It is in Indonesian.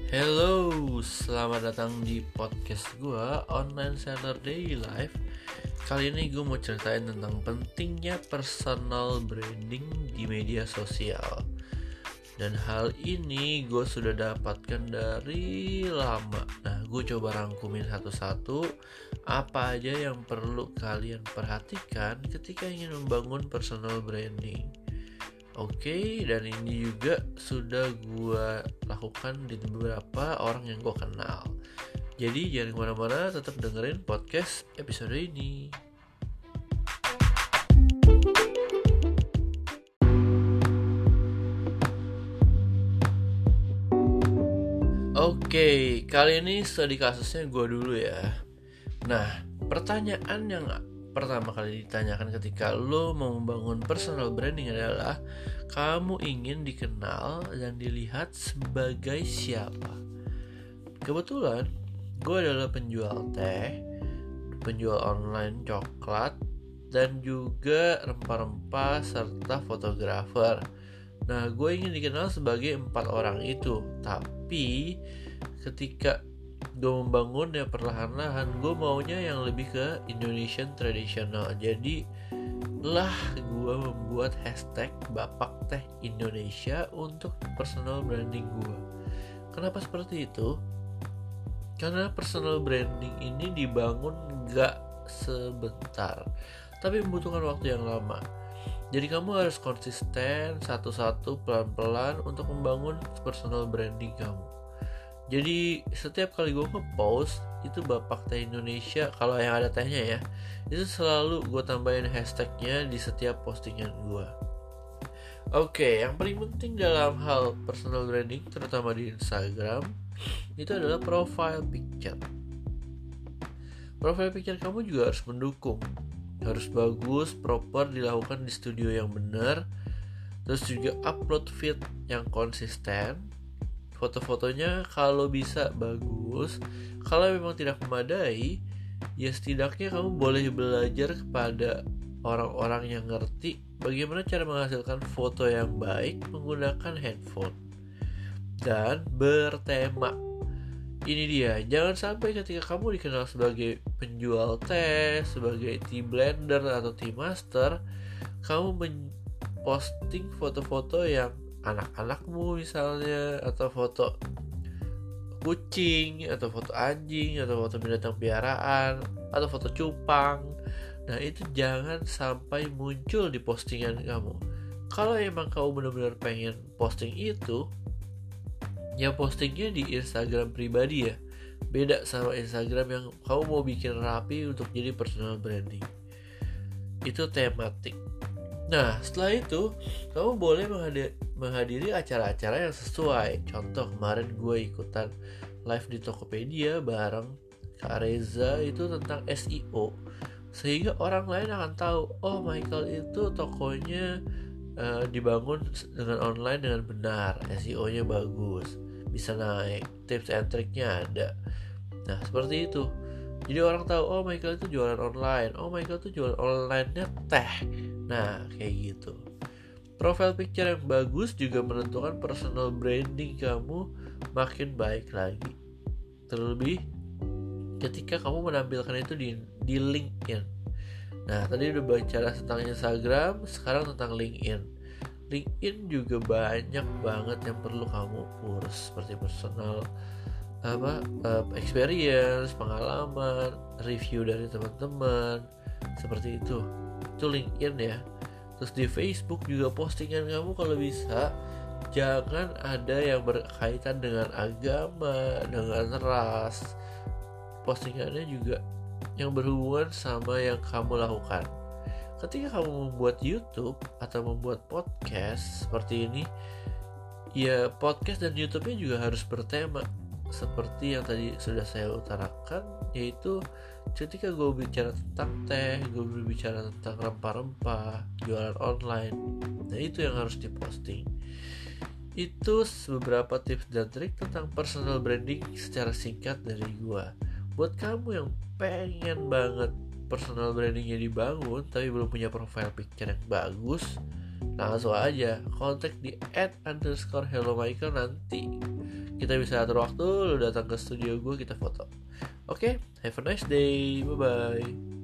Hello, selamat datang di podcast gue Online Seller Daily Life. Kali ini gue mau ceritain tentang pentingnya personal branding di media sosial. Dan hal ini gue sudah dapatkan dari lama. Nah, gue coba rangkumin satu-satu apa aja yang perlu kalian perhatikan ketika ingin membangun personal branding. Oke, dan ini juga sudah gue lakukan di beberapa orang yang gue kenal. Jadi jangan kemana-mana, tetap dengerin podcast episode ini. Oke, kali ini studi kasusnya gue dulu ya. Nah, pertanyaan yang pertama kali ditanyakan ketika lo mau membangun personal branding adalah kamu ingin dikenal dan dilihat sebagai siapa? Kebetulan gue adalah penjual teh, penjual online coklat, dan juga rempah-rempah serta fotografer. Nah, gue ingin dikenal sebagai 4 orang itu. Tapi ketika gue membangun ya perlahan-lahan, gue maunya yang lebih ke Indonesian traditional. Jadi lah gue membuat hashtag Bapak Teh Indonesia untuk personal branding gue. Kenapa seperti itu? Karena personal branding ini dibangun gak sebentar, tapi membutuhkan waktu yang lama. Jadi kamu harus konsisten satu-satu pelan-pelan untuk membangun personal branding kamu. Jadi setiap kali gue nge-post itu Bapak Teh Indonesia, kalau yang ada tehnya ya, itu selalu gue tambahin hashtagnya di setiap postingan gue. Oke, yang paling penting dalam hal personal branding, terutama di Instagram, itu adalah profile picture. Profile picture kamu juga harus mendukung, harus bagus, proper, dilakukan di studio yang benar. Terus juga upload feed yang konsisten. Foto-fotonya kalau bisa bagus. Kalau memang tidak memadai, ya setidaknya kamu boleh belajar kepada orang-orang yang ngerti bagaimana cara menghasilkan foto yang baik menggunakan handphone. Dan bertema. Ini dia, jangan sampai ketika kamu dikenal sebagai penjual teh, sebagai tea blender atau tea master, kamu posting foto-foto yang anak-anakmu misalnya, atau foto kucing, atau foto anjing, atau foto binatang piaraan, atau foto cupang. Nah, itu jangan sampai muncul di postingan kamu. Kalau emang kamu benar-benar pengen posting itu, ya postingnya di Instagram pribadi ya. Beda sama Instagram yang kamu mau bikin rapi untuk jadi personal branding. Itu tematik. Nah, setelah itu kamu boleh menghadiri acara-acara yang sesuai. Contoh, kemarin gue ikutan live di Tokopedia bareng Kak Reza, itu tentang SEO. Sehingga orang lain akan tahu, oh Michael itu tokonya dibangun dengan online dengan benar, SEO-nya bagus, bisa naik, tips and triknya ada. Nah, seperti itu. Jadi orang tahu, oh Michael itu jualan online, oh Michael itu jualan online-nya teh. Nah, kayak gitu. Profile picture yang bagus juga menentukan personal branding kamu makin baik lagi. Terlebih ketika kamu menampilkan itu di LinkedIn. Nah, tadi udah bicara tentang Instagram, sekarang tentang LinkedIn. LinkedIn juga banyak banget yang perlu kamu urus, seperti personal experience, pengalaman, review dari teman-teman, seperti itu. Itu LinkedIn ya. Terus di Facebook juga postingan kamu kalau bisa jangan ada yang berkaitan dengan agama, dengan ras. Postingannya juga yang berhubungan sama yang kamu lakukan. Ketika kamu membuat YouTube atau membuat podcast seperti ini, ya podcast dan YouTube-nya juga harus bertema seperti yang tadi sudah saya utarakan, yaitu ketika gue bicara tentang teh, gue berbicara tentang rempah-rempah, jualan online. Nah, itu yang harus diposting. Itu beberapa tips dan trik tentang personal branding secara singkat dari gue. Buat kamu yang pengen banget personal brandingnya dibangun tapi belum punya profile picture yang bagus, langsung aja kontak di @_hellomichael. Nanti kita bisa atur waktu, lo datang ke studio gue, kita foto. Oke, have a nice day, bye bye.